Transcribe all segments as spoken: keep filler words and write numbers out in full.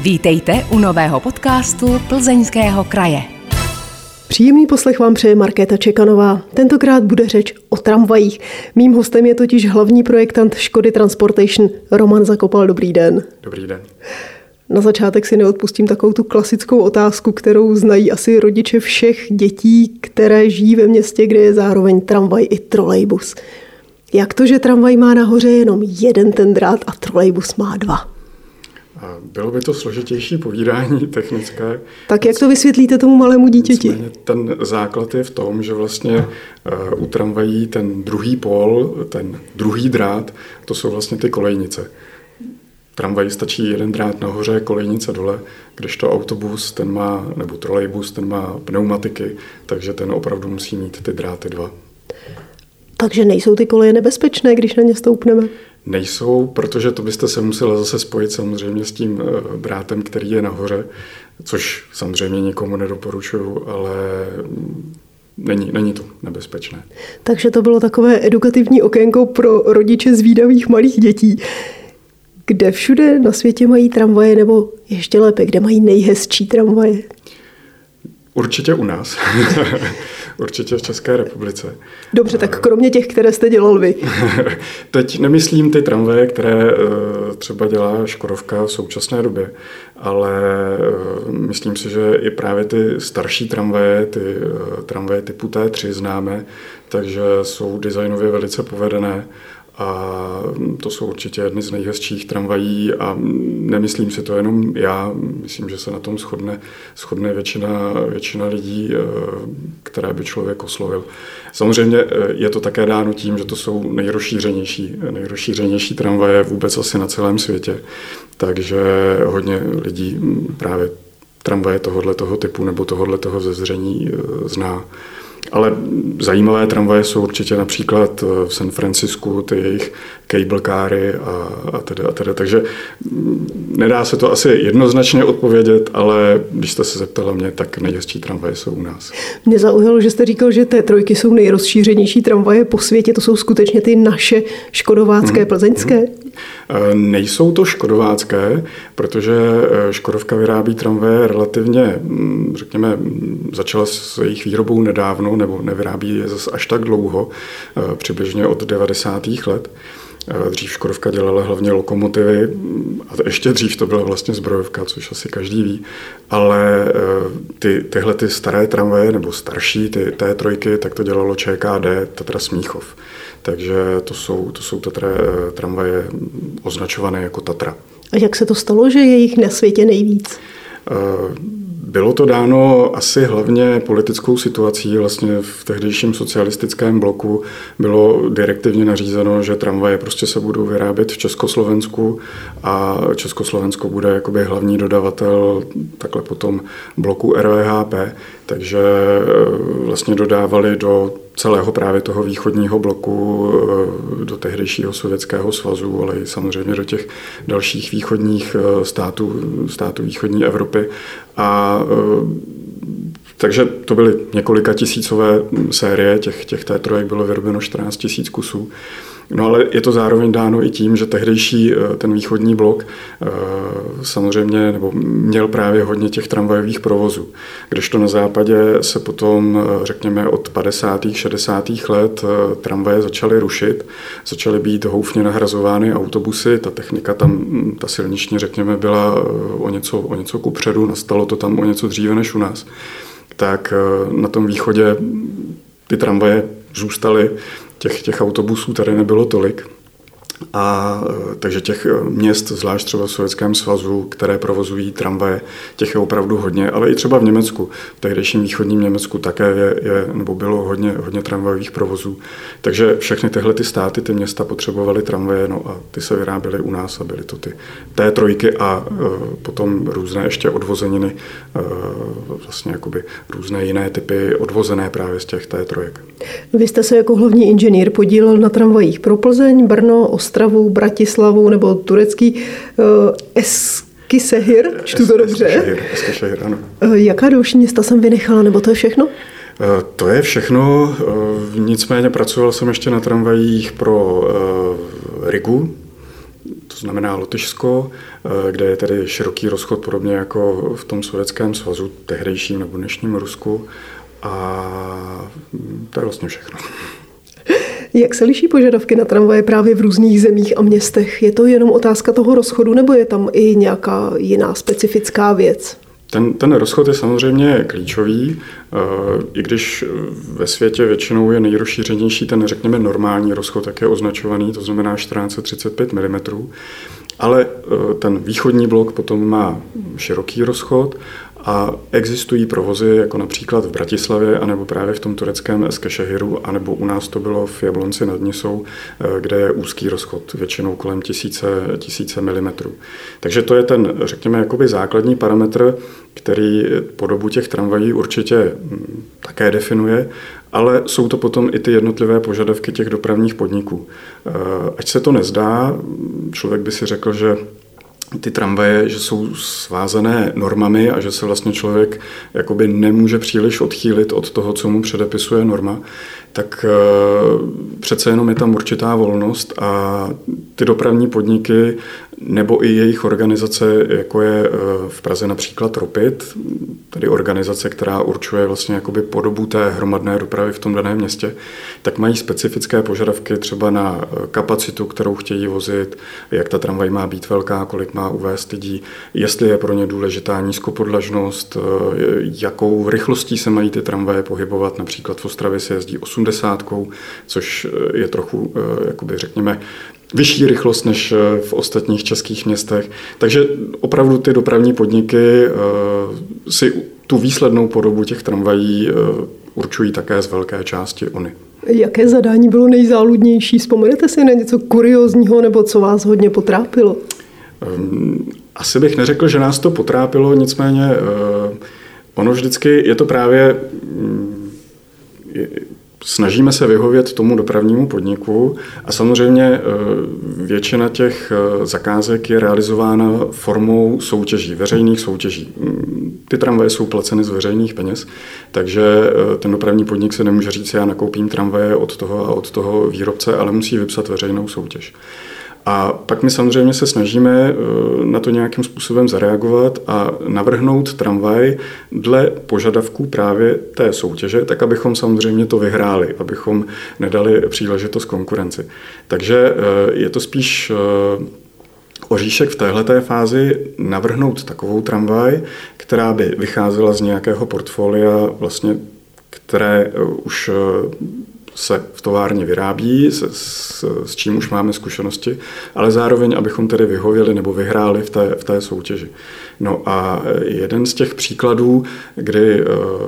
Vítejte u nového podcastu Plzeňského kraje. Příjemný poslech vám přeje Markéta Čekanová. Tentokrát bude řeč o tramvajích. Mým hostem je totiž hlavní projektant Škody Transportation Roman Zakopal. Dobrý den. Dobrý den. Na začátek si neodpustím takovou tu klasickou otázku, kterou znají asi rodiče všech dětí, které žijí ve městě, kde je zároveň tramvaj i trolejbus. Jak to, že tramvaj má nahoře jenom jeden ten drát a trolejbus má dva? Bylo by to složitější povídání technické. Tak jak to vysvětlíte tomu malému dítěti? Nicméně ten základ je v tom, že vlastně u tramvají ten druhý pól, ten druhý drát, to jsou vlastně ty kolejnice. Tramvaji stačí jeden drát nahoře, kolejnice dole, kdežto autobus, ten má, nebo trolejbus, ten má pneumatiky, takže ten opravdu musí mít ty dráty dva. Takže nejsou ty koleje nebezpečné, když na ně stoupneme? Nejsou, protože to byste se musela zase spojit samozřejmě s tím drátem, který je nahoře, což samozřejmě nikomu nedoporučuju, ale není, není to nebezpečné. Takže to bylo takové edukativní okénko pro rodiče zvídavých malých dětí. Kde všude na světě mají tramvaje, nebo ještě lépe, kde mají nejhezčí tramvaje? Určitě u nás. Určitě v České republice. Dobře, tak kromě těch, které jste dělal vy. Teď nemyslím ty tramvaje, které třeba dělá Škodovka v současné době, ale myslím si, že i právě ty starší tramvaje, ty tramvaje typu T tři známe, takže jsou designově velice povedené. A to jsou určitě jedny z nejhezčích tramvají a nemyslím si to jenom já, myslím, že se na tom shodne, shodne většina, většina lidí, které by člověk oslovil. Samozřejmě je to také dáno tím, že to jsou nejrozšířenější, nejrozšířenější tramvaje vůbec asi na celém světě, takže hodně lidí právě tramvaje tohoto typu nebo tohoto zezření zná. Ale zajímavé tramvaje jsou určitě například v San Francisku ty jejich cable káry a, a teda a teda. Takže nedá se to asi jednoznačně odpovědět, ale když jste se zeptala mě, tak nejhezčí tramvaje jsou u nás. Mě zaujalo, že jste říkal, že té trojky jsou nejrozšířenější tramvaje po světě. To jsou skutečně ty naše škodovácké, hmm. plzeňské? Hmm. Nejsou to škodovácké, protože Škodovka vyrábí tramvaje relativně, řekněme, začala s jejich výrobou nedávno, nebo nevyrábí je zase až tak dlouho, přibližně od devadesátých let. Dřív Škodovka dělala hlavně lokomotivy a ještě dřív to byla vlastně zbrojovka, což asi každý ví, ale ty, tyhle ty staré tramvaje nebo starší, ty T tři, tak to dělalo ČKD, Tatra Smíchov. Takže to jsou, to jsou Tatra, tramvaje označované jako Tatra. A jak se to stalo, že je jich na světě nejvíc? Bylo to dáno asi hlavně politickou situací. Vlastně v tehdejším socialistickém bloku bylo direktivně nařízeno, že tramvaje prostě se budou vyrábět v Československu a Československo bude jakoby hlavní dodavatel takhle potom bloku R V H P, takže vlastně dodávali do celého právě toho východního bloku, do tehdejšího Sovětského svazu, ale i samozřejmě do těch dalších východních států, států východní Evropy. A takže to byly několika tisícové série, těch, těch T tři bylo vyrobeno čtrnáct tisíc kusů. No ale je to zároveň dáno i tím, že tehdejší ten východní blok samozřejmě nebo měl právě hodně těch tramvajových provozů. Kdežto na západě se potom, řekněme, od padesátých šedesátých let tramvaje začaly rušit, začaly být houfně nahrazovány autobusy, ta technika tam, ta silniční, řekněme, byla o něco, o něco kupředu, nastalo to tam o něco dříve než u nás. Tak na tom východě ty tramvaje zůstaly, těch, těch autobusů tady nebylo tolik. A takže těch měst, zvlášť třeba v Sovětském svazu, které provozují tramvaje, těch je opravdu hodně, ale i třeba v Německu, v tehdejším východním Německu také je, je nebo bylo hodně, hodně tramvajových provozů. Takže všechny tyhle ty státy, ty města potřebovaly tramvaje, no a ty se vyráběly u nás a byly to ty T tři a uh, potom různé ještě odvozeniny, uh, vlastně jakoby různé jiné typy odvozené právě z těch T tři. Vy jste se jako hlavní inženýr podílel na tramvajích pro Plzeň, Brno, Ostravu, Bratislavu nebo turecký uh, Eskişehir, čtu to dobře. Eskişehir, ano. Uh, jaká další města jsem vynechala, nebo to je všechno? Uh, to je všechno, uh, nicméně pracoval jsem ještě na tramvajích pro uh, Rigu, to znamená Lotyšsko, kde je tedy široký rozchod podobně jako v tom Sovětském svazu, tehdejším nebo dnešním Rusku. A to je vlastně všechno. Jak se liší požadavky na tramvaje právě v různých zemích a městech? Je to jenom otázka toho rozchodu, nebo je tam i nějaká jiná specifická věc? Ten, ten rozchod je samozřejmě klíčový, i když ve světě většinou je nejrozšířenější ten, řekněme, normální rozchod, tak je označovaný, to znamená čtrnáct set třicet pět milimetrů, ale ten východní blok potom má široký rozchod a existují provozy, jako například v Bratislavě, anebo právě v tom tureckém Eskešehiru, anebo u nás to bylo v Jablonci nad Nisou, kde je úzký rozchod, většinou kolem tisíce, tisíce milimetrů. Takže to je ten, řekněme, jakoby základní parametr, který podobu těch tramvají určitě také definuje, ale jsou to potom i ty jednotlivé požadavky těch dopravních podniků. Ať se to nezdá, člověk by si řekl, že ty tramvaje, že jsou svázané normami a že se vlastně člověk jakoby nemůže příliš odchýlit od toho, co mu předepisuje norma, tak přece jenom je tam určitá volnost a ty dopravní podniky nebo i jejich organizace, jako je v Praze například Ropit, tedy organizace, která určuje vlastně jakoby podobu té hromadné dopravy v tom daném městě, tak mají specifické požadavky třeba na kapacitu, kterou chtějí vozit, jak ta tramvaj má být velká, kolik má uvést lidí, jestli je pro ně důležitá nízkopodlažnost, jakou rychlostí se mají ty tramvaje pohybovat. Například v Ostravě se jezdí osmdesátkou, což je trochu, jakoby řekněme, vyšší rychlost než v ostatních českých městech. Takže opravdu ty dopravní podniky si tu výslednou podobu těch tramvají určují také z velké části ony. Jaké zadání bylo nejzáludnější? Vzpomenete si na něco kuriózního nebo co vás hodně potrápilo? Asi bych neřekl, že nás to potrápilo, nicméně ono vždycky je to právě... Snažíme se vyhovět tomu dopravnímu podniku a samozřejmě většina těch zakázek je realizována formou soutěží, veřejných soutěží. Ty tramvaje jsou placeny z veřejných peněz, takže ten dopravní podnik se nemůže říct, já nakoupím tramvaje od toho a od toho výrobce, ale musí vypsat veřejnou soutěž. A pak my samozřejmě se snažíme na to nějakým způsobem zareagovat a navrhnout tramvaj dle požadavků právě té soutěže, tak abychom samozřejmě to vyhráli, abychom nedali příležitost konkurenci. Takže je to spíš oříšek v téhleté fázi navrhnout takovou tramvaj, která by vycházela z nějakého portfolia, vlastně, které už se v továrně vyrábí, s, s, s čím už máme zkušenosti, ale zároveň, abychom tedy vyhověli nebo vyhráli v té, v té soutěži. No a jeden z těch příkladů, kdy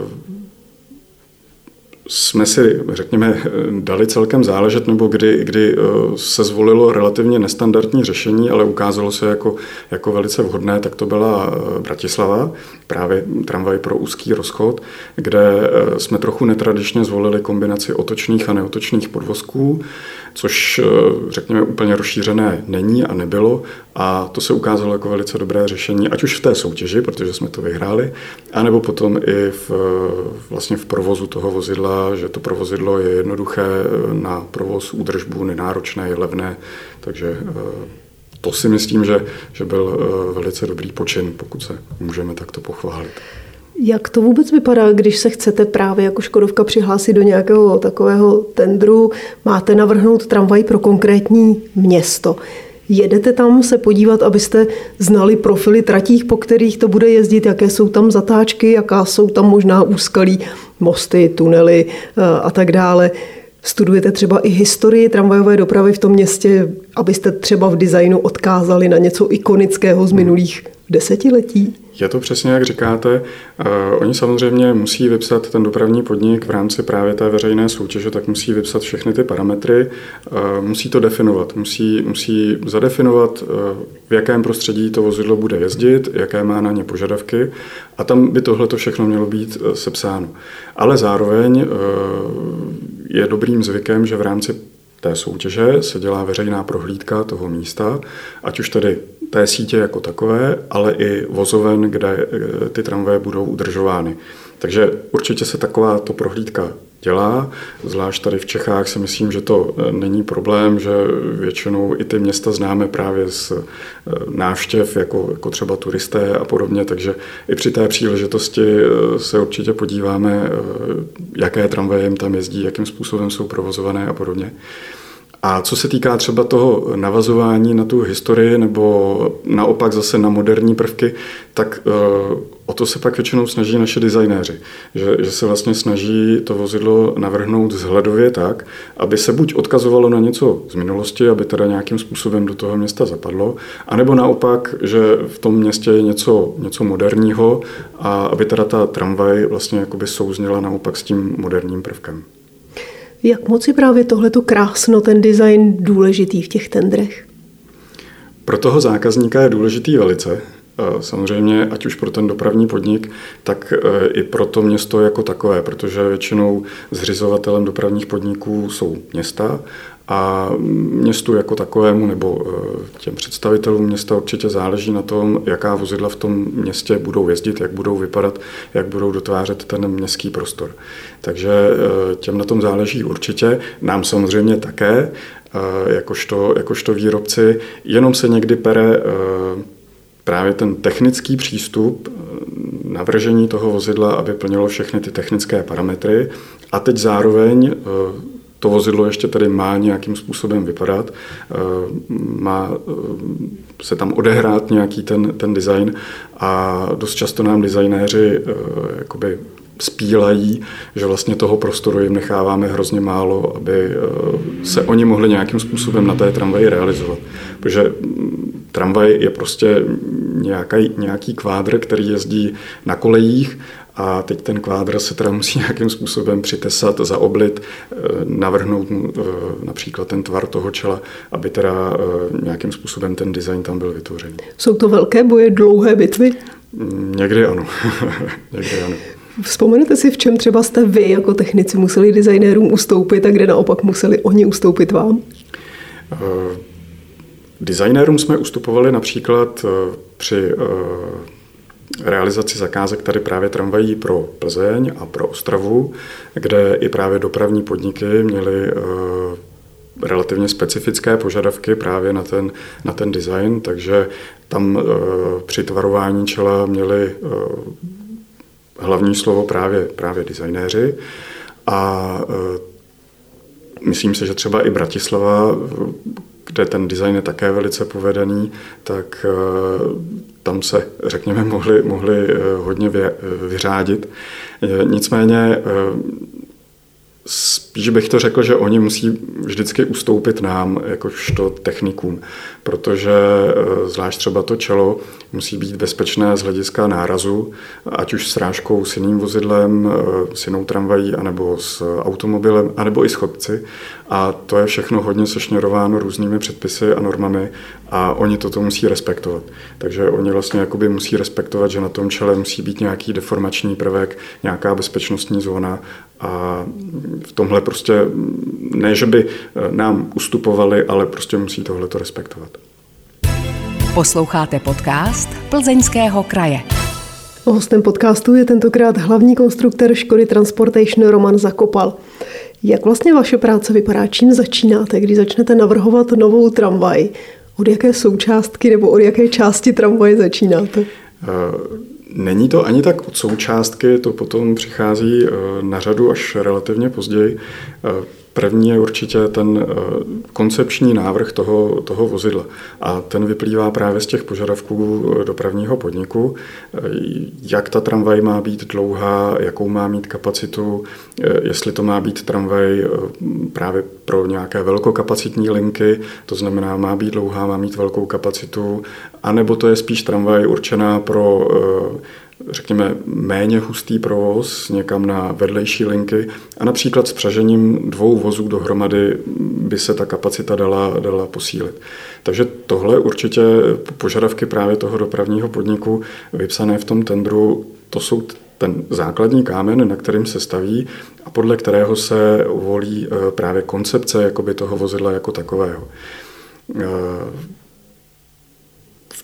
jsme si, řekněme, dali celkem záležet, nebo kdy, kdy se zvolilo relativně nestandardní řešení, ale ukázalo se jako, jako velice vhodné, tak to byla Bratislava, právě tramvaj pro úzký rozchod, kde jsme trochu netradičně zvolili kombinaci otočných a neotočných podvozků, což, řekněme, úplně rozšířené není a nebylo. A to se ukázalo jako velice dobré řešení, ať už v té soutěži, protože jsme to vyhráli, anebo potom i v, vlastně v provozu toho vozidla, že to provozidlo je jednoduché na provoz, údržbu, nenáročné, je levné, takže to si myslím, že, že byl velice dobrý počin, pokud se můžeme takto pochválit. Jak to vůbec vypadá, když se chcete právě jako Škodovka přihlásit do nějakého takového tendru, máte navrhnout tramvaj pro konkrétní město? Jedete tam se podívat, abyste znali profily tratích, po kterých to bude jezdit, jaké jsou tam zatáčky, jaká jsou tam možná úskalí, mosty, tunely a tak dále. Studujete třeba i historii tramvajové dopravy v tom městě, abyste třeba v designu odkázali na něco ikonického z minulých desetiletí? Je to přesně, jak říkáte. Oni samozřejmě musí vypsat, ten dopravní podnik v rámci právě té veřejné soutěže, tak musí vypsat všechny ty parametry, musí to definovat, musí, musí zadefinovat, v jakém prostředí to vozidlo bude jezdit, jaké má na ně požadavky a tam by tohleto všechno mělo být sepsáno. Ale zároveň je dobrým zvykem, že v rámci té soutěže se dělá veřejná prohlídka toho místa, ať už tedy té sítě jako takové, ale i vozoven, kde ty tramvaje budou udržovány. Takže určitě se takováto prohlídka dělá, zvlášť tady v Čechách si myslím, že to není problém, že většinou i ty města známe právě z návštěv, jako, jako třeba turisté a podobně, takže i při té příležitosti se určitě podíváme, jaké tramvaje jim tam jezdí, jakým způsobem jsou provozované a podobně. A co se týká třeba toho navazování na tu historii nebo naopak zase na moderní prvky, tak o to se pak většinou snaží naši designéři. Že, že se vlastně snaží to vozidlo navrhnout vzhledově tak, aby se buď odkazovalo na něco z minulosti, aby teda nějakým způsobem do toho města zapadlo, anebo naopak, že v tom městě je něco, něco moderního a aby teda ta tramvaj vlastně jakoby souzněla naopak s tím moderním prvkem. Jak moc je právě tohleto krásno, ten design důležitý v těch tendrech? Pro toho zákazníka je důležitý velice. Samozřejmě, ať už pro ten dopravní podnik, tak i pro to město jako takové, protože většinou zřizovatelem dopravních podniků jsou města a městu jako takovému nebo těm představitelům města určitě záleží na tom, jaká vozidla v tom městě budou jezdit, jak budou vypadat, jak budou dotvářet ten městský prostor. Takže těm na tom záleží určitě, nám samozřejmě také, jakožto, jakožto výrobci, jenom se někdy pere právě ten technický přístup, navržení toho vozidla, aby plnilo všechny ty technické parametry a teď zároveň to vozidlo ještě tedy má nějakým způsobem vypadat, má se tam odehrát nějaký ten, ten design a dost často nám designéři jakoby spílají, že vlastně toho prostoru jim necháváme hrozně málo, aby se oni mohli nějakým způsobem na té tramvaji realizovat. Protože tramvaj je prostě nějaký, nějaký kvádr, který jezdí na kolejích a teď ten kvádr se teda musí nějakým způsobem přitesat, zaoblit, navrhnout mu například ten tvar toho čela, aby teda nějakým způsobem ten design tam byl vytvořený. Jsou to velké boje, dlouhé bitvy? Někdy ano. Někdy ano. Vzpomenete si, v čem třeba jste vy jako technici museli designérům ustoupit a kde naopak museli oni ustoupit vám? Uh, designérům jsme ustupovali například uh, při uh, realizaci zakázek tady právě tramvají pro Plzeň a pro Ostravu, kde i právě dopravní podniky měly uh, relativně specifické požadavky právě na ten, na ten design, takže tam uh, při tvarování čela měli uh, hlavní slovo právě, právě designéři a e, myslím si, že třeba i Bratislava, kde ten design je také velice povedený, tak e, tam se, řekněme, mohli, mohli e, hodně vy, e, vyřádit. E, nicméně e, spíš bych to řekl, že oni musí vždycky ustoupit nám, jakožto technikům, protože zvlášť třeba to čelo musí být bezpečné z hlediska nárazu, ať už s srážkou s jiným vozidlem, s jinou tramvají, anebo s automobilem, anebo i s chodci. A to je všechno hodně sešněrováno různými předpisy a normami a oni toto musí respektovat. Takže oni vlastně jakoby musí respektovat, že na tom čele musí být nějaký deformační prvek, nějaká bezpečnostní zóna a v tomhle prostě ne, že by nám ustupovali, ale prostě musí tohleto respektovat. Posloucháte podcast Plzeňského kraje. Hostem podcastu je tentokrát hlavní konstruktor Škody Transportation Roman Zakopal. Jak vlastně vaše práce vypadá? Čím začínáte, když začnete navrhovat novou tramvaj? Od jaké součástky nebo od jaké části tramvaje začínáte? Není to ani tak od součástky, to potom přichází na řadu až relativně později. První je určitě ten koncepční návrh toho, toho vozidla a ten vyplývá právě z těch požadavků dopravního podniku, jak ta tramvaj má být dlouhá, jakou má mít kapacitu, jestli to má být tramvaj právě pro nějaké velkokapacitní linky, to znamená má být dlouhá, má mít velkou kapacitu, anebo to je spíš tramvaj určená pro řekněme, méně hustý provoz někam na vedlejší linky a například s přažením dvou vozů dohromady by se ta kapacita dala, dala posílit. Takže tohle určitě požadavky právě toho dopravního podniku vypsané v tom tendru, to jsou ten základní kámen, na kterým se staví a podle kterého se volí právě koncepce jakoby toho vozidla jako takového. V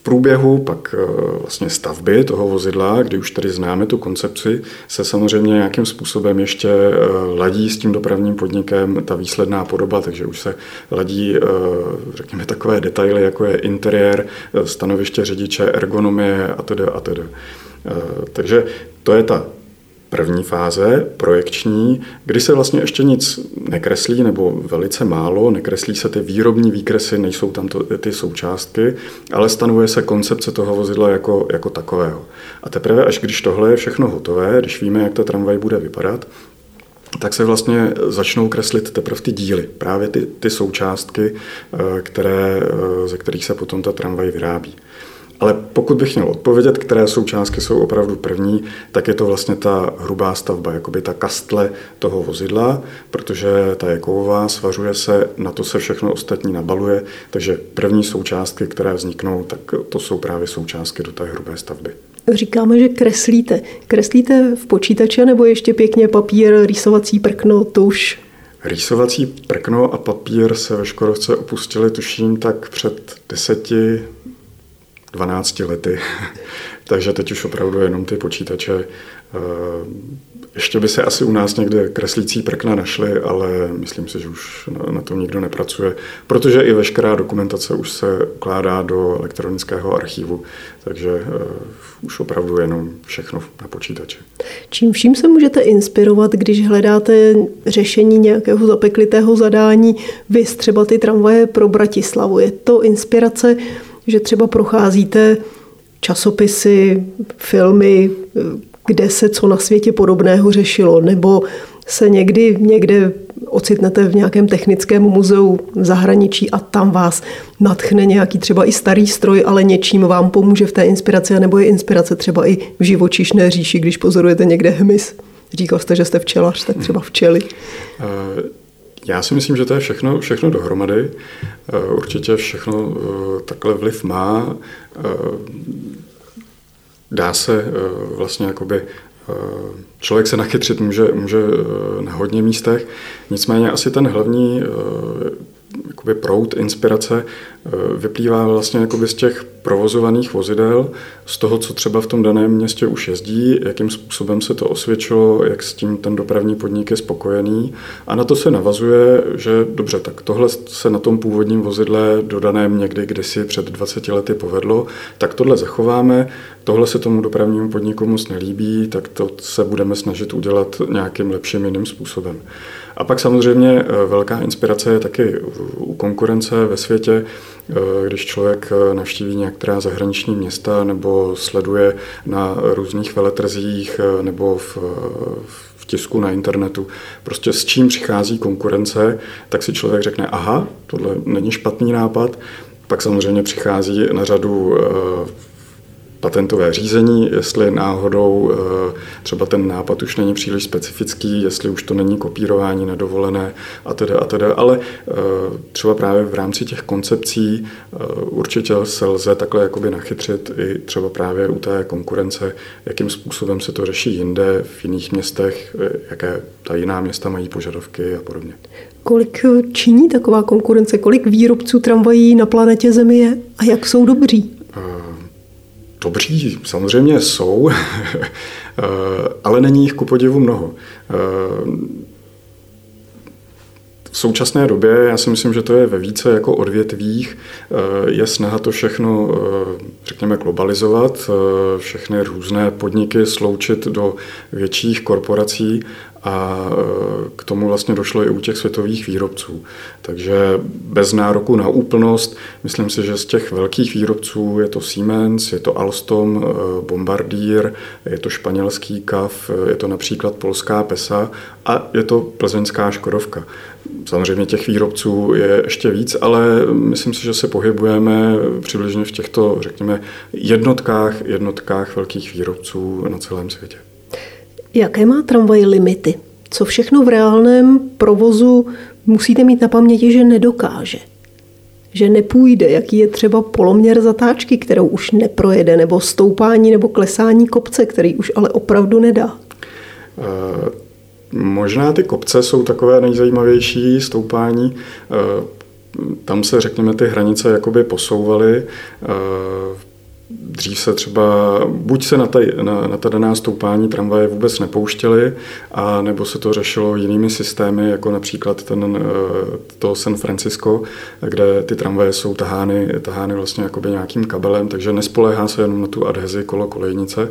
průběhu pak vlastně stavby toho vozidla, kdy už tady známe tu koncepci, se samozřejmě nějakým způsobem ještě ladí s tím dopravním podnikem ta výsledná podoba, takže už se ladí, řekněme, takové detaily, jako je interiér, stanoviště řidiče, ergonomie a tedy a tedy. Takže to je ta první fáze, projekční, kdy se vlastně ještě nic nekreslí, nebo velice málo, nekreslí se ty výrobní výkresy, nejsou tam to, ty součástky, ale stanovuje se koncepce toho vozidla jako, jako takového. A teprve, až když tohle je všechno hotové, když víme, jak ta tramvaj bude vypadat, tak se vlastně začnou kreslit teprve ty díly, právě ty, ty součástky, které, ze kterých se potom ta tramvaj vyrábí. Ale pokud bych měl odpovědět, které součástky jsou opravdu první, tak je to vlastně ta hrubá stavba, jakoby ta kastle toho vozidla, protože ta je kovová, svařuje se, na to se všechno ostatní nabaluje, takže první součástky, které vzniknou, tak to jsou právě součástky do té hrubé stavby. Říkáme, že kreslíte. Kreslíte v počítače nebo ještě pěkně papír, rýsovací prkno, tuš? Rýsovací prkno a papír se ve Škodovce opustili, tuším, tak před deseti dvanácti lety, takže teď už opravdu jenom ty počítače. Ještě by se asi u nás někde kreslící prkna našly, ale myslím si, že už na tom nikdo nepracuje, protože i veškerá dokumentace už se ukládá do elektronického archivu, takže už opravdu jenom všechno na počítači. Čím vším se můžete inspirovat, když hledáte řešení nějakého zapeklitého zadání, vy třeba ty tramvaje pro Bratislavu? Je to inspirace, že třeba procházíte časopisy, filmy, kde se co na světě podobného řešilo, nebo se někdy někde ocitnete v nějakém technickém muzeu v zahraničí a tam vás nadchne nějaký třeba i starý stroj, ale něčím vám pomůže v té inspiraci, nebo je inspirace třeba i v živočišné říši, když pozorujete někde hmyz. Říkal jste, že jste včelař, tak třeba včely. Uh... Já si myslím, že to je všechno, všechno dohromady. Určitě všechno takhle vliv má. Dá se vlastně jakoby člověk se nachytřit může, může na hodně místech. Nicméně asi ten hlavní jakoby proud inspirace vyplývá vlastně jakoby z těch provozovaných vozidel, z toho, co třeba v tom daném městě už jezdí, jakým způsobem se to osvědčilo, jak s tím ten dopravní podnik je spokojený. A na to se navazuje, že dobře, tak tohle se na tom původním vozidle dodaném někdy kdysi před dvaceti lety povedlo, tak tohle zachováme, tohle se tomu dopravnímu podniku moc nelíbí, tak to se budeme snažit udělat nějakým lepším jiným způsobem. A pak samozřejmě velká inspirace je taky u konkurence ve světě, když člověk navštíví některá zahraniční města nebo sleduje na různých veletrzích nebo v, v tisku na internetu, prostě s čím přichází konkurence, tak si člověk řekne, aha, tohle není špatný nápad, pak samozřejmě přichází na řadu patentové řízení, jestli náhodou třeba ten nápad už není příliš specifický, jestli už to není kopírování nedovolené a teda a teda, ale třeba právě v rámci těch koncepcí určitě se lze takhle jakoby nachytřit i třeba právě u té konkurence, jakým způsobem se to řeší jinde, v jiných městech, jaké ta jiná města mají požadavky a podobně. Kolik činí taková konkurence? Kolik výrobců tramvají na planetě Zemi je a jak jsou dobří? Dobří samozřejmě jsou, ale není jich ku podivu mnoho. V současné době, já si myslím, že to je ve více jako odvětvích, je snaha to všechno, řekněme, globalizovat, všechny různé podniky sloučit do větších korporací a k tomu vlastně došlo i u těch světových výrobců. Takže bez nároku na úplnost, myslím si, že z těch velkých výrobců je to Siemens, je to Alstom, Bombardier, je to španělský C A F, je to například polská PESA a je to plzeňská Škodovka. Samozřejmě těch výrobců je ještě víc, ale myslím si, že se pohybujeme přibližně v těchto, řekněme, jednotkách, jednotkách velkých výrobců na celém světě. Jaké má tramvaj limity? Co všechno v reálném provozu musíte mít na paměti, že nedokáže? Že nepůjde? Jaký je třeba poloměr zatáčky, kterou už neprojede? Nebo stoupání nebo klesání kopce, který už ale opravdu nedá? Uh... Možná ty kopce jsou takové nejzajímavější stoupání. Tam se, řekněme, ty hranice jakoby posouvaly. Dřív se třeba, buď se na ta, na, na ta daná stoupání tramvaje vůbec nepouštěly, a nebo se to řešilo jinými systémy, jako například ten, to San Francisco, kde ty tramvaje jsou tahány, tahány vlastně jakoby nějakým kabelem, takže nespoléhá se jenom na tu adhezi kolo kolejnice.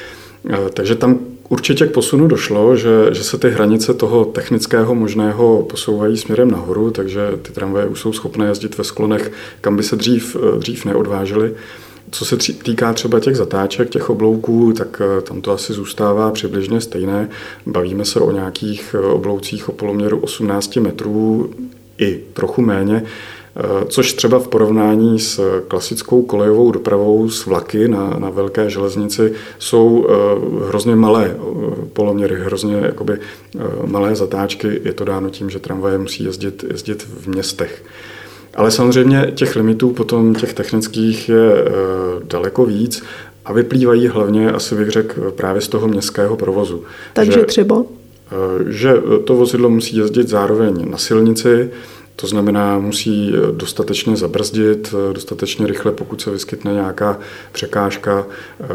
Takže tam určitě k posunu došlo, že, že se ty hranice toho technického možného posouvají směrem nahoru, takže ty tramvaje už jsou schopné jezdit ve sklonech, kam by se dřív, dřív neodvážily. Co se týká třeba těch zatáček, těch oblouků, tak tam to asi zůstává přibližně stejné. Bavíme se o nějakých obloucích o poloměru osmnáct metrů i trochu méně, což třeba v porovnání s klasickou kolejovou dopravou s vlaky na, na velké železnici jsou hrozně malé poloměry, hrozně jakoby malé zatáčky. Je to dáno tím, že tramvaje musí jezdit, jezdit v městech. Ale samozřejmě těch limitů potom těch technických je e, daleko víc a vyplývají hlavně, asi bych řekl, právě z toho městského provozu. Takže že, třeba? E, že to vozidlo musí jezdit zároveň na silnici, to znamená, musí dostatečně zabrzdit, dostatečně rychle, pokud se vyskytne nějaká překážka,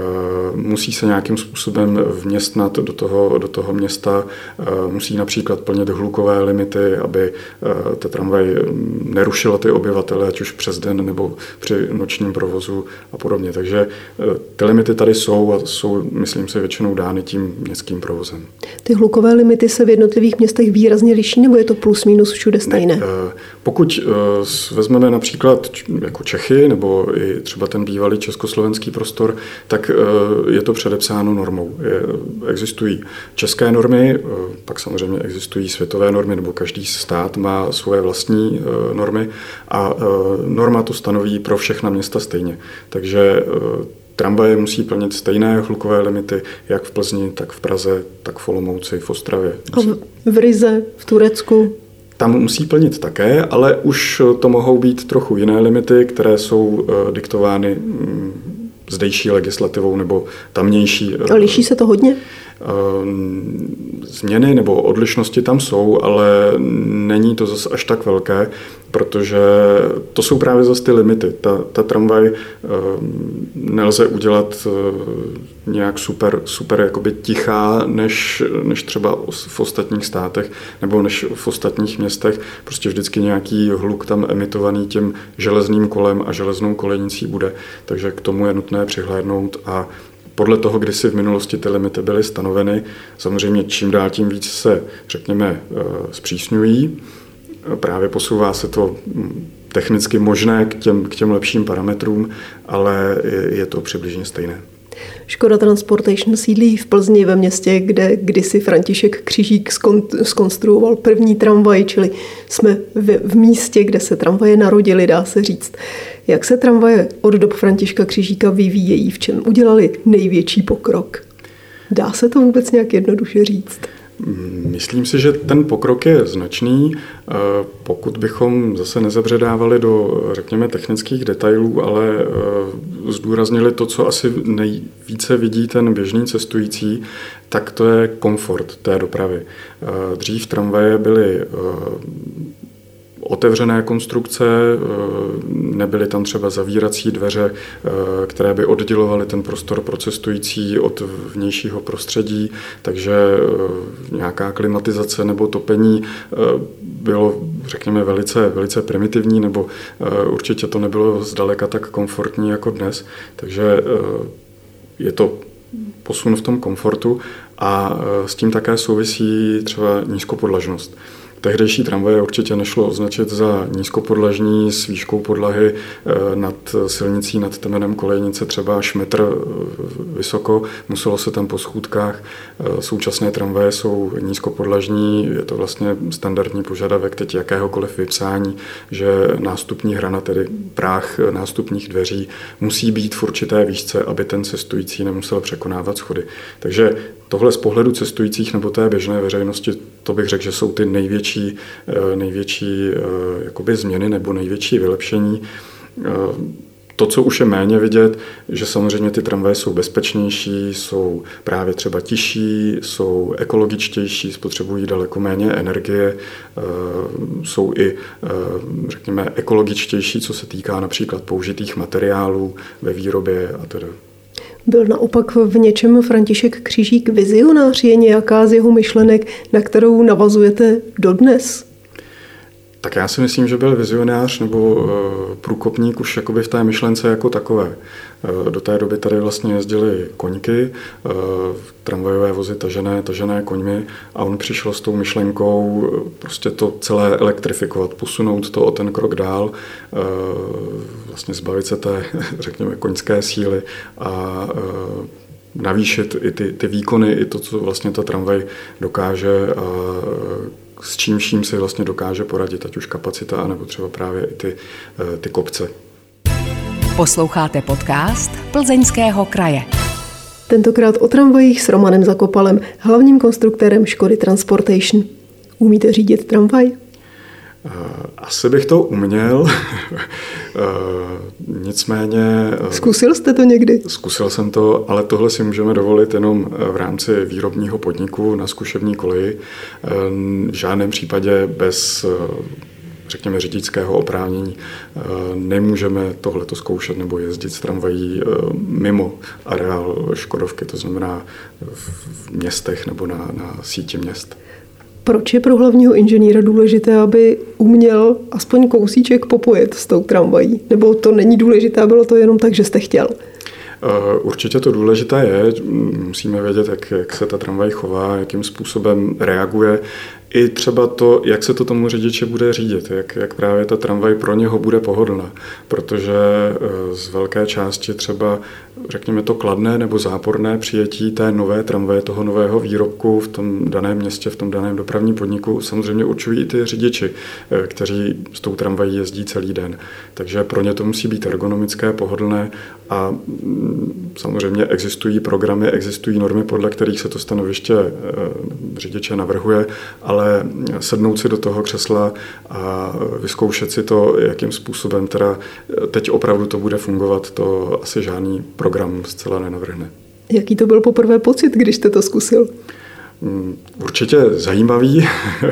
musí se nějakým způsobem vměstnat do toho, do toho města, musí například plnit hlukové limity, aby ta tramvaj nerušila ty obyvatele, ať už přes den nebo při nočním provozu a podobně. Takže ty limity tady jsou a jsou, myslím si, většinou dány tím městským provozem. Ty hlukové limity se v jednotlivých městech výrazně liší, nebo je to plus minus všude stejné? Ne, pokud vezmeme například jako Čechy nebo i třeba ten bývalý československý prostor, tak je to předepsáno normou. Existují české normy, pak samozřejmě existují světové normy, nebo každý stát má svoje vlastní normy a norma to stanoví pro všechna města stejně. Takže tramvaje musí plnit stejné hlukové limity, jak v Plzni, tak v Praze, tak v Olomouci, v Ostravě. A v Rize, v Turecku? Tam musí plnit také, ale už to mohou být trochu jiné limity, které jsou diktovány zdejší legislativou nebo tamnější. A liší se to hodně? Změny nebo odlišnosti tam jsou, ale není to zase až tak velké, protože to jsou právě zase ty limity. Ta, ta tramvaj nelze udělat nějak super, super jakoby tichá, než, než třeba v ostatních státech nebo než v ostatních městech. Prostě vždycky nějaký hluk tam emitovaný tím železným kolem a železnou kolejnicí bude, takže k tomu je nutné přihlédnout a podle toho, kdy si v minulosti ty limity byly stanoveny, samozřejmě čím dál tím víc se, řekněme, zpřísňují. Právě posouvá se to technicky možné k těm, k těm lepším parametrům, ale je, je to přibližně stejné. Škoda Transportation sídlí v Plzni, ve městě, kde kdysi František Křižík zkonstruoval první tramvaj, čili jsme v, v místě, kde se tramvaje narodily, dá se říct. Jak se tramvaje od dob Františka Křižíka vyvíjejí, v čem udělali největší pokrok? Dá se to vůbec nějak jednoduše říct? Myslím si, že ten pokrok je značný, pokud bychom zase nezabředávali do, řekněme, technických detailů, ale zdůraznili to, co asi nejvíce vidí ten běžný cestující, tak to je komfort té dopravy. Dřív tramvaje byly otevřené konstrukce, nebyly tam třeba zavírací dveře, které by oddělovaly ten prostor pro cestující od vnějšího prostředí, takže nějaká klimatizace nebo topení bylo, řekněme, velice, velice primitivní, nebo určitě to nebylo zdaleka tak komfortní jako dnes, takže je to posun v tom komfortu a s tím také souvisí třeba nízkopodlažnost. Tehdejší tramvaje určitě nešlo označit za nízkopodlažní s výškou podlahy nad silnicí, nad temenem kolejnice třeba až metr vysoko. Muselo se tam po schůdkách. Současné tramvaje jsou nízkopodlažní, je to vlastně standardní požadavek teď jakéhokoliv vypsání, že nástupní hrana, tedy práh nástupních dveří, musí být v určité výšce, aby ten cestující nemusel překonávat schody. Takže tohle z pohledu cestujících nebo té běžné veřejnosti, to bych řekl, že jsou ty největší, největší jakoby změny nebo největší vylepšení. to, co už je méně vidět, že samozřejmě ty tramvaje jsou bezpečnější, jsou právě třeba tižší, jsou ekologičtější, spotřebují daleko méně energie, jsou i, řekněme, ekologičtější, co se týká například použitých materiálů ve výrobě a tedy. Byl naopak v něčem František Křížík vizionář? Je nějaká z jeho myšlenek, na kterou navazujete dodnes? Tak já si myslím, že byl vizionář nebo průkopník už jakoby v té myšlence jako takové. Do té doby tady vlastně jezdily koňky, tramvajové vozy tažené, tažené koňmi a on přišel s tou myšlenkou prostě to celé elektrifikovat, posunout to o ten krok dál, vlastně zbavit se té, řekněme, koňské síly a navýšit i ty, ty výkony, i to, co vlastně ta tramvaj dokáže a s čím vším si vlastně dokáže poradit, ať už kapacita, nebo třeba právě i ty, ty kopce. Posloucháte podcast Plzeňského kraje. Tentokrát o tramvajích s Romanem Zakopalem, hlavním konstruktérem Škody Transportation. Umíte řídit tramvaj? Asi bych to uměl, nicméně... Zkusil jste to někdy? Zkusil jsem to, ale tohle si můžeme dovolit jenom v rámci výrobního podniku na zkušební koleji. V žádném případě bez, řekněme, řidičského oprávnění nemůžeme tohleto zkoušet nebo jezdit s tramvají mimo areál Škodovky, to znamená v městech nebo na, na síti měst. Proč je pro hlavního inženýra důležité, aby uměl aspoň kousíček popojet s tou tramvají? Nebo to není důležité, bylo to jenom tak, že jste chtěl? Určitě to důležité je. Musíme vědět, jak, jak se ta tramvaj chová, jakým způsobem reaguje. I třeba to, jak se to tomu řidiči bude řídit, jak, jak právě ta tramvaj pro něho bude pohodlná. Protože z velké části třeba, řekněme, to kladné nebo záporné přijetí té nové tramvaje, toho nového výrobku v tom daném městě, v tom daném dopravním podniku samozřejmě určují i ty řidiči, kteří s tou tramvají jezdí celý den. Takže pro ně to musí být ergonomické, pohodlné a samozřejmě existují programy, existují normy, podle kterých se to stanoviště řidiče navrhuje, ale ale sednout si do toho křesla a vyzkoušet si to, jakým způsobem teda teď opravdu to bude fungovat, to asi žádný program zcela nenavrhne. Jaký to byl poprvé pocit, když jste to zkusil? Určitě zajímavý.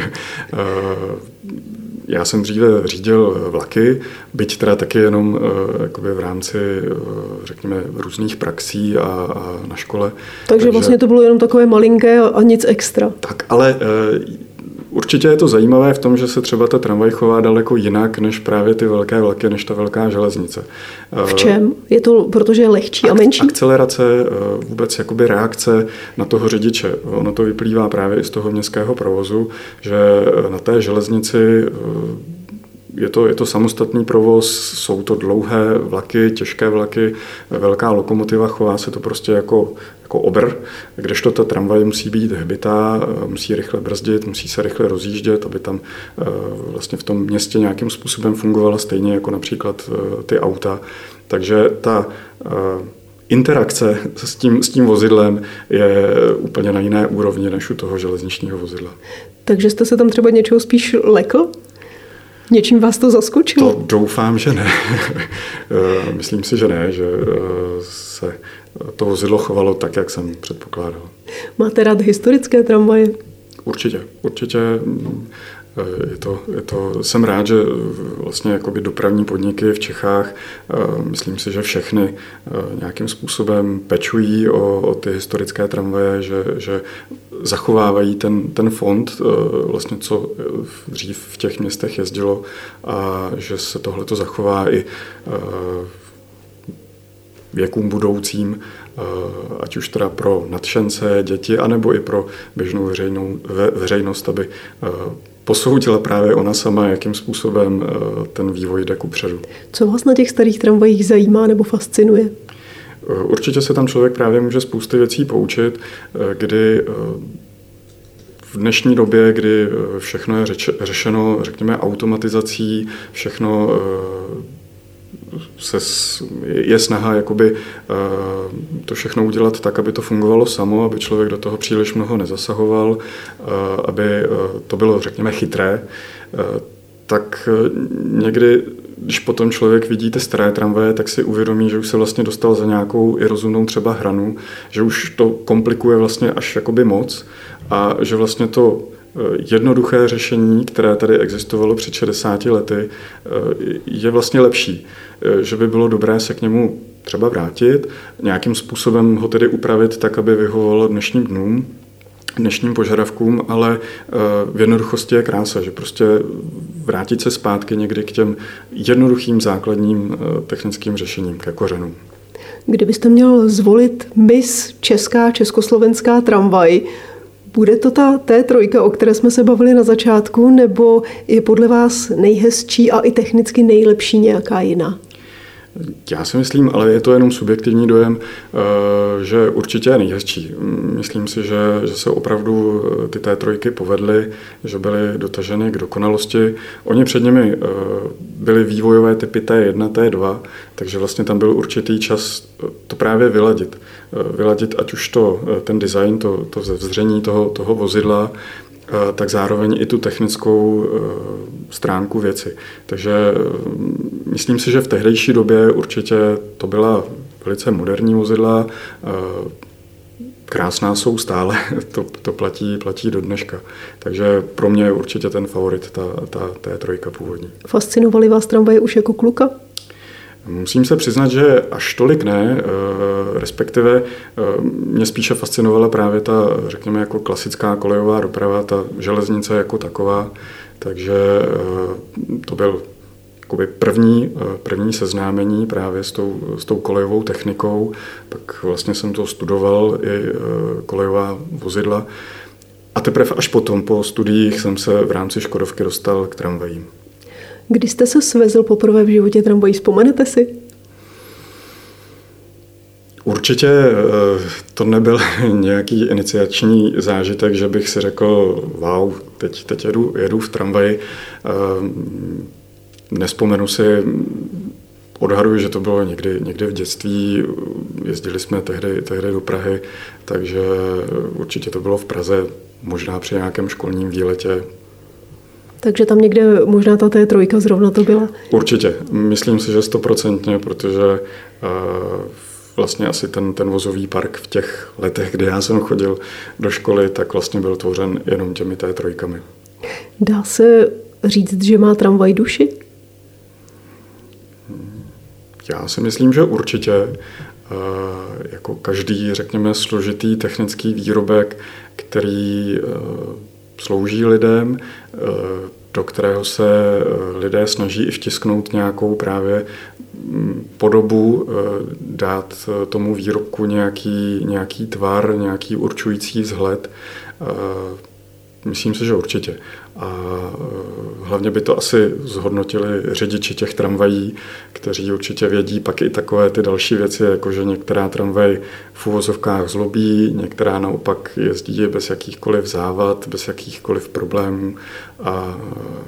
Já jsem dříve řídil vlaky, byť teda taky jenom jakoby v rámci, řekněme, různých praxí a, a na škole. Takže, Takže vlastně to bylo jenom takové malinké a nic extra. Tak, ale určitě je to zajímavé v tom, že se třeba ta tramvaj chová daleko jinak než právě ty velké vlaky, než ta velká železnice. V čem? Je to, protože je lehčí a menší? Akcelerace, vůbec jakoby reakce na toho řidiče. Ono to vyplývá právě i z toho městského provozu, že na té železnici Je to, je to samostatný provoz, jsou to dlouhé vlaky, těžké vlaky, velká lokomotiva, chová se to prostě jako, jako obr, kdežto ta tramvaj musí být hbitá, musí rychle brzdit, musí se rychle rozjíždět, aby tam vlastně v tom městě nějakým způsobem fungovala stejně jako například ty auta. Takže ta interakce s tím, s tím vozidlem je úplně na jiné úrovni než u toho železničního vozidla. Takže jste se tam třeba něčeho spíš lekl? Něčím vás to zaskočilo? To doufám, že ne. Myslím si, že ne, že se to vozidlo chovalo tak, jak jsem předpokládal. Máte rád historické tramvaje? Určitě, určitě. Je to, je to, jsem rád, že vlastně jakoby dopravní podniky v Čechách, myslím si, že všechny nějakým způsobem pečují o, o ty historické tramvaje, že, že zachovávají ten, ten fond, vlastně co dřív v těch městech jezdilo a že se tohleto zachová i věkům budoucím, ať už teda pro nadšence, děti, anebo i pro běžnou veřejnou, veřejnost, aby posoudila právě ona sama, jakým způsobem ten vývoj jde kupředu. Co vás na těch starých tramvajích zajímá nebo fascinuje? Určitě se tam člověk právě může spousty věcí poučit, kdy v dnešní době, kdy všechno je řeč, řešeno, řekněme, automatizací, všechno se, je snaha jakoby to všechno udělat tak, aby to fungovalo samo, aby člověk do toho příliš mnoho nezasahoval, aby to bylo, řekněme, chytré, tak někdy když potom člověk vidí ty staré tramvaje, tak si uvědomí, že už se vlastně dostal za nějakou i rozumnou třeba hranu, že už to komplikuje vlastně až jakoby moc a že vlastně to jednoduché řešení, které tady existovalo před šedesáti lety, je vlastně lepší. Že by bylo dobré se k němu třeba vrátit, nějakým způsobem ho tedy upravit tak, aby vyhovovalo dnešním dnům, dnešním požadavkům, ale v jednoduchosti je krása, že prostě vrátit se zpátky někdy k těm jednoduchým základním technickým řešením, ke kořenům. Kdybyste měl zvolit mis česká, československá tramvaj, bude to ta té trojka, o které jsme se bavili na začátku, nebo je podle vás nejhezčí a i technicky nejlepší nějaká jiná? Já si myslím, ale je to jenom subjektivní dojem, že určitě je nejhezčí. Myslím si, že, že se opravdu ty té trojky povedly, že byly dotaženy k dokonalosti. Oni před nimi byly vývojové typy té jedna, té dva, takže vlastně tam byl určitý čas to právě vyladit. Vyladit ať už to, ten design, to, to vzezření toho, toho vozidla, tak zároveň i tu technickou stránku věci. Takže myslím si, že v tehdejší době určitě to byla velice moderní vozidla, krásná jsou stále, to, to platí, platí do dneška. Takže pro mě je určitě ten favorit, ta, ta té trojka původní. Fascinovaly vás tramvaje už jako kluka? Musím se přiznat, že až tolik ne, respektive mě spíše fascinovala právě ta, řekněme, jako klasická kolejová doprava, ta železnice jako taková, takže to byl jakoby první, první seznámení právě s tou, s tou kolejovou technikou, pak vlastně jsem to studoval i kolejová vozidla a teprve až potom po studiích jsem se v rámci Škodovky dostal k tramvajím. Kdy jste se svezl poprvé v životě tramvají, vzpomenete si? Určitě to nebyl nějaký iniciační zážitek, že bych si řekl, wow, teď, teď jedu, jedu v tramvaji. Nespomenu si, odhaduji, že to bylo někdy, někdy v dětství, jezdili jsme tehdy, tehdy do Prahy, takže určitě to bylo v Praze, možná při nějakém školním výletě. Takže tam někde možná ta té trojka zrovna to byla? Určitě. Myslím si, že stoprocentně, protože uh, vlastně asi ten, ten vozový park v těch letech, kdy já jsem chodil do školy, tak vlastně byl tvořen jenom těmi té trojkami. Dá se říct, že má tramvaj duši? Já si myslím, že určitě. Uh, jako každý, řekněme, složitý technický výrobek, který uh, slouží lidem, do kterého se lidé snaží i vtisknout nějakou právě podobu, dát tomu výrobku nějaký, nějaký tvar, nějaký určující vzhled. Myslím si, že určitě. A hlavně by to asi zhodnotili řidiči těch tramvají, kteří určitě vědí pak i takové ty další věci, jako že některá tramvaj v uvozovkách zlobí, některá naopak jezdí bez jakýchkoliv závad, bez jakýchkoliv problémů. A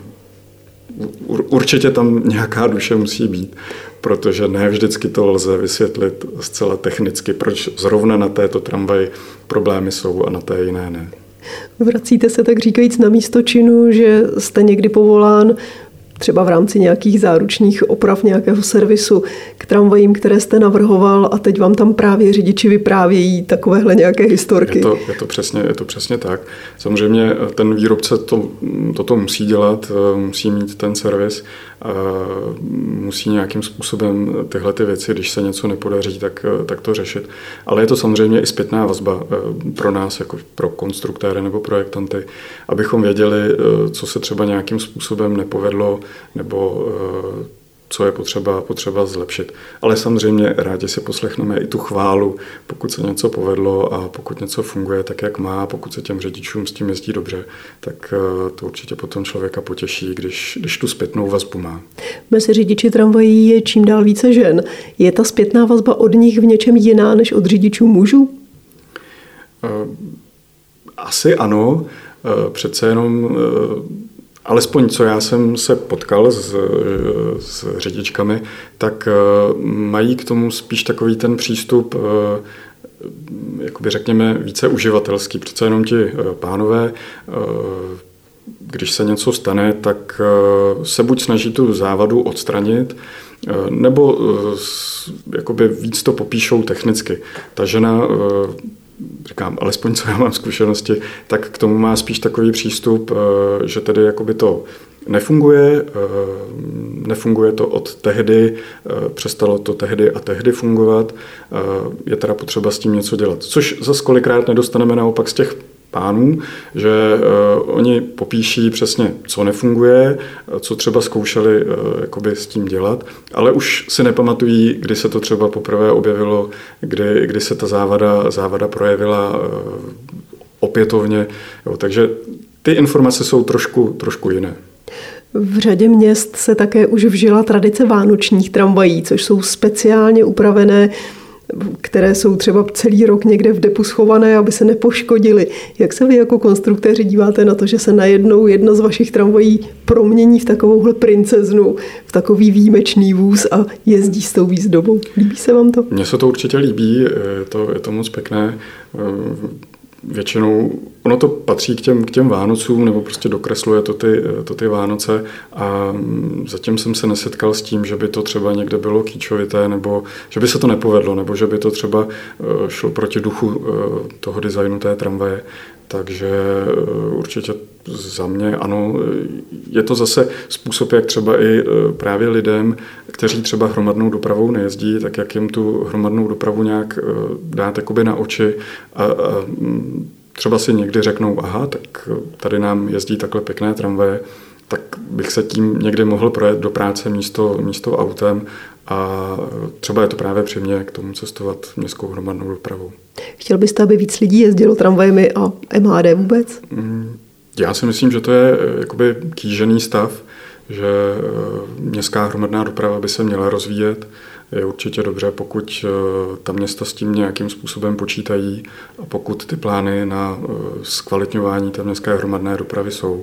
určitě tam nějaká duše musí být, protože ne vždycky to lze vysvětlit zcela technicky, proč zrovna na této tramvaji problémy jsou a na té jiné ne. Vracíte se tak říkajíc na místo činu, že jste někdy povolán třeba v rámci nějakých záručních oprav nějakého servisu k tramvajím, které jste navrhoval a teď vám tam právě řidiči vyprávějí takovéhle nějaké historky. Je to, je to, přesně, je to přesně tak. Samozřejmě ten výrobce to, toto musí dělat, musí mít ten servis, musí nějakým způsobem tyhle ty věci, když se něco nepodaří, tak, tak to řešit. Ale je to samozřejmě i zpětná vazba pro nás, jako pro konstruktéry nebo projektanty, abychom věděli, co se třeba nějakým způsobem nepovedlo, nebo co je potřeba, potřeba zlepšit. Ale samozřejmě rádi si poslechneme i tu chválu, pokud se něco povedlo a pokud něco funguje tak, jak má, pokud se těm řidičům s tím jezdí dobře, tak to určitě potom člověka potěší, když, když tu zpětnou vazbu má. Mezi řidiči tramvají je čím dál více žen. Je ta zpětná vazba od nich v něčem jiná než od řidičů mužů? Asi ano. Přece jenom alespoň co já jsem se potkal s, s řidičkami, tak mají k tomu spíš takový ten přístup, jakoby řekněme, více uživatelský. Přece jenom ti pánové když se něco stane, tak se buď snaží tu závadu odstranit, nebo jakoby víc to popíšou technicky. Ta žena, říkám, alespoň co já mám zkušenosti, tak k tomu má spíš takový přístup, že tedy jakoby to nefunguje, nefunguje to od tehdy, přestalo to tehdy a tehdy fungovat, je teda potřeba s tím něco dělat. Což zase kolikrát nedostaneme naopak z těch pánů, že uh, oni popíší přesně, co nefunguje, co třeba zkoušeli uh, jakoby s tím dělat, ale už si nepamatují, kdy se to třeba poprvé objevilo, kdy, kdy se ta závada, závada projevila uh, opětovně. Jo, takže ty informace jsou trošku, trošku jiné. V řadě měst se také už vžila tradice vánočních tramvají, což jsou speciálně upravené, které jsou třeba celý rok někde v depu schované, aby se nepoškodily. Jak se vy jako konstruktéři díváte na to, že se najednou jedna z vašich tramvají promění v takovouhle princeznu, v takový výjimečný vůz a jezdí s tou výzdobou? Líbí se vám to? Mně se to určitě líbí, je to, je to moc pěkné. Většinou ono to patří k těm, k těm Vánocům, nebo prostě dokresluje to ty, to ty Vánoce a zatím jsem se nesetkal s tím, že by to třeba někde bylo kýčovité, nebo že by se to nepovedlo, nebo že by to třeba šlo proti duchu toho designu té tramvaje. Takže určitě za mě ano, je to zase způsob, jak třeba i právě lidem, kteří třeba hromadnou dopravou nejezdí, tak jak jim tu hromadnou dopravu nějak dát jakoby na oči a, a třeba si někdy řeknou, aha, tak tady nám jezdí takhle pěkné tramvaje, tak bych se tím někdy mohl projet do práce místo, místo autem a třeba je to právě při mě k tomu cestovat městskou hromadnou dopravou. Chtěl byste, aby víc lidí jezdilo tramvajemi a M H D vůbec? Já si myslím, že to je jakoby kýžený stav, že městská hromadná doprava by se měla rozvíjet. Je určitě dobře, pokud ta města s tím nějakým způsobem počítají a pokud ty plány na zkvalitňování té městské hromadné dopravy jsou.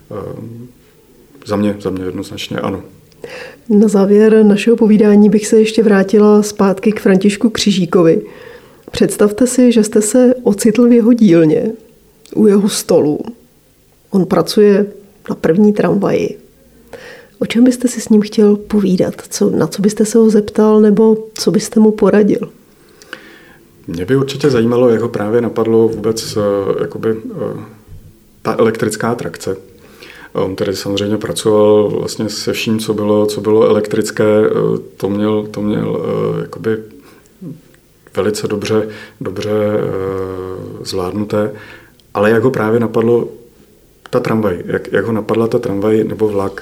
Za mě, za mě jednoznačně ano. Na závěr našeho povídání bych se ještě vrátila zpátky k Františku Křižíkovi. Představte si, že jste se ocitl v jeho dílně, u jeho stolu. On pracuje na první tramvaji. O čem byste si s ním chtěl povídat? Co, na co byste se ho zeptal nebo co byste mu poradil? Mě by určitě zajímalo, jak ho právě napadlo vůbec jakoby, ta elektrická trakce. On tedy samozřejmě pracoval vlastně se vším, co bylo, co bylo elektrické. To měl, to měl jakoby velice dobře, dobře zvládnuté. Ale jak ho právě napadlo ta tramvaj, jak, jak ho napadla ta tramvaj nebo vlak.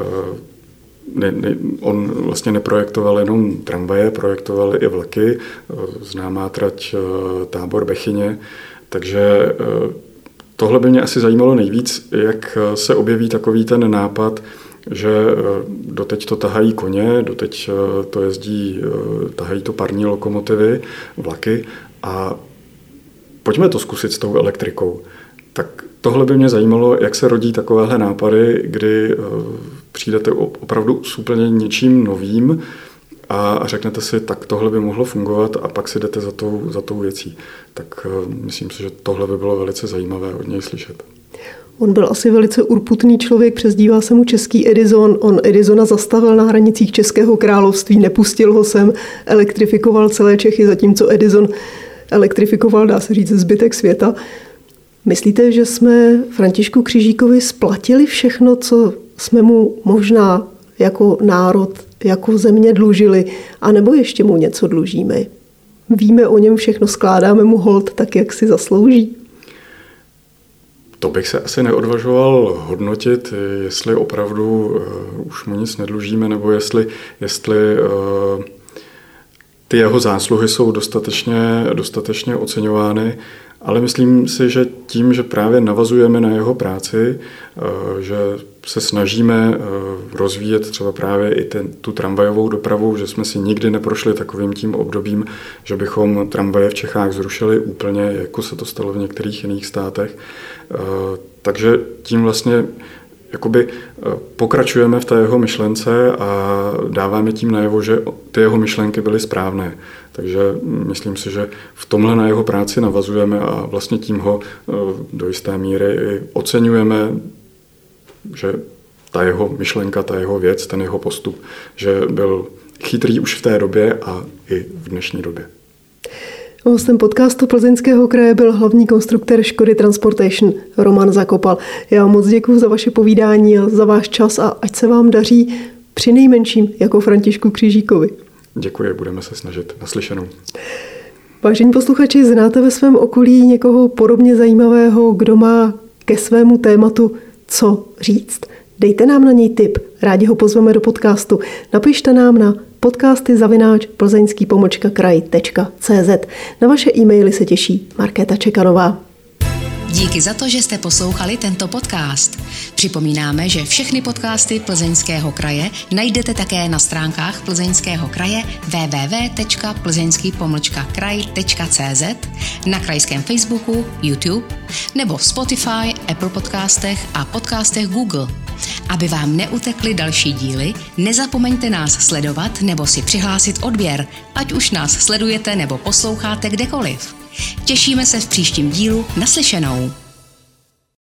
Ne, ne, on vlastně neprojektoval jenom tramvaje, projektoval i vlaky, známá trať Tábor Bechyně, takže tohle by mě asi zajímalo nejvíc, jak se objeví takový ten nápad, že doteď to tahají koně, doteď to jezdí, tahají to parní lokomotivy, vlaky a pojďme to zkusit s tou elektrikou. Tak tohle by mě zajímalo, jak se rodí takovéhle nápady, kdy přijdete opravdu s úplně něčím novým a řeknete si, tak tohle by mohlo fungovat a pak si jdete za tou, za tou věcí. Tak myslím si, že tohle by bylo velice zajímavé od něj slyšet. On byl asi velice urputný člověk, přezdívá se mu Český Edison. On Edisona zastavil na hranicích Českého království, nepustil ho sem, elektrifikoval celé Čechy, zatímco Edison elektrifikoval, dá se říct, zbytek světa. Myslíte, že jsme Františku Křižíkovi splatili všechno, co jsme mu možná jako národ, jako země dlužili, anebo ještě mu něco dlužíme? Víme o něm všechno, skládáme mu hold tak, jak si zaslouží? To bych se asi neodvažoval hodnotit, jestli opravdu uh, už mu nic nedlužíme, nebo jestli, jestli uh, ty jeho zásluhy jsou dostatečně, dostatečně oceňovány. Ale myslím si, že tím, že právě navazujeme na jeho práci, že se snažíme rozvíjet třeba právě i ten, tu tramvajovou dopravu, že jsme si nikdy neprošli takovým tím obdobím, že bychom tramvaje v Čechách zrušili úplně, jako se to stalo v některých jiných státech. Takže tím vlastně jakoby pokračujeme v té jeho myšlence a dáváme tím najevo, že ty jeho myšlenky byly správné. Takže myslím si, že v tomhle na jeho práci navazujeme a vlastně tím ho do jisté míry oceňujeme že ta jeho myšlenka, ta jeho věc, ten jeho postup, že byl chytrý už v té době a i v dnešní době. Hostem podcastu Plzeňského kraje byl hlavní konstruktor Škody Transportation Roman Zakopal. Já moc děkuji za vaše povídání a za váš čas a ať se vám daří při nejmenším jako Františku Křížíkovi. Děkuji, budeme se snažit. Naslyšenou. Vážení posluchači, znáte ve svém okolí někoho podobně zajímavého, kdo má ke svému tématu co říct? Dejte nám na něj tip, rádi ho pozveme do podcastu. Napište nám na podcasty zavináč plzeňský pomlčka kraj tečka cé zet. Na vaše e-maily se těší Markéta Čekanová. Díky za to, že jste poslouchali tento podcast. Připomínáme, že všechny podcasty Plzeňského kraje najdete také na stránkách Plzeňského kraje w w w tečka plzeňský pomlčka kraj tečka cé zet, na krajském Facebooku, YouTube nebo v Spotify, Apple podcastech a podcastech Google. Aby vám neutekly další díly, nezapomeňte nás sledovat nebo si přihlásit odběr, ať už nás sledujete nebo posloucháte kdekoliv. Těšíme se v příštím dílu. Naslyšenou.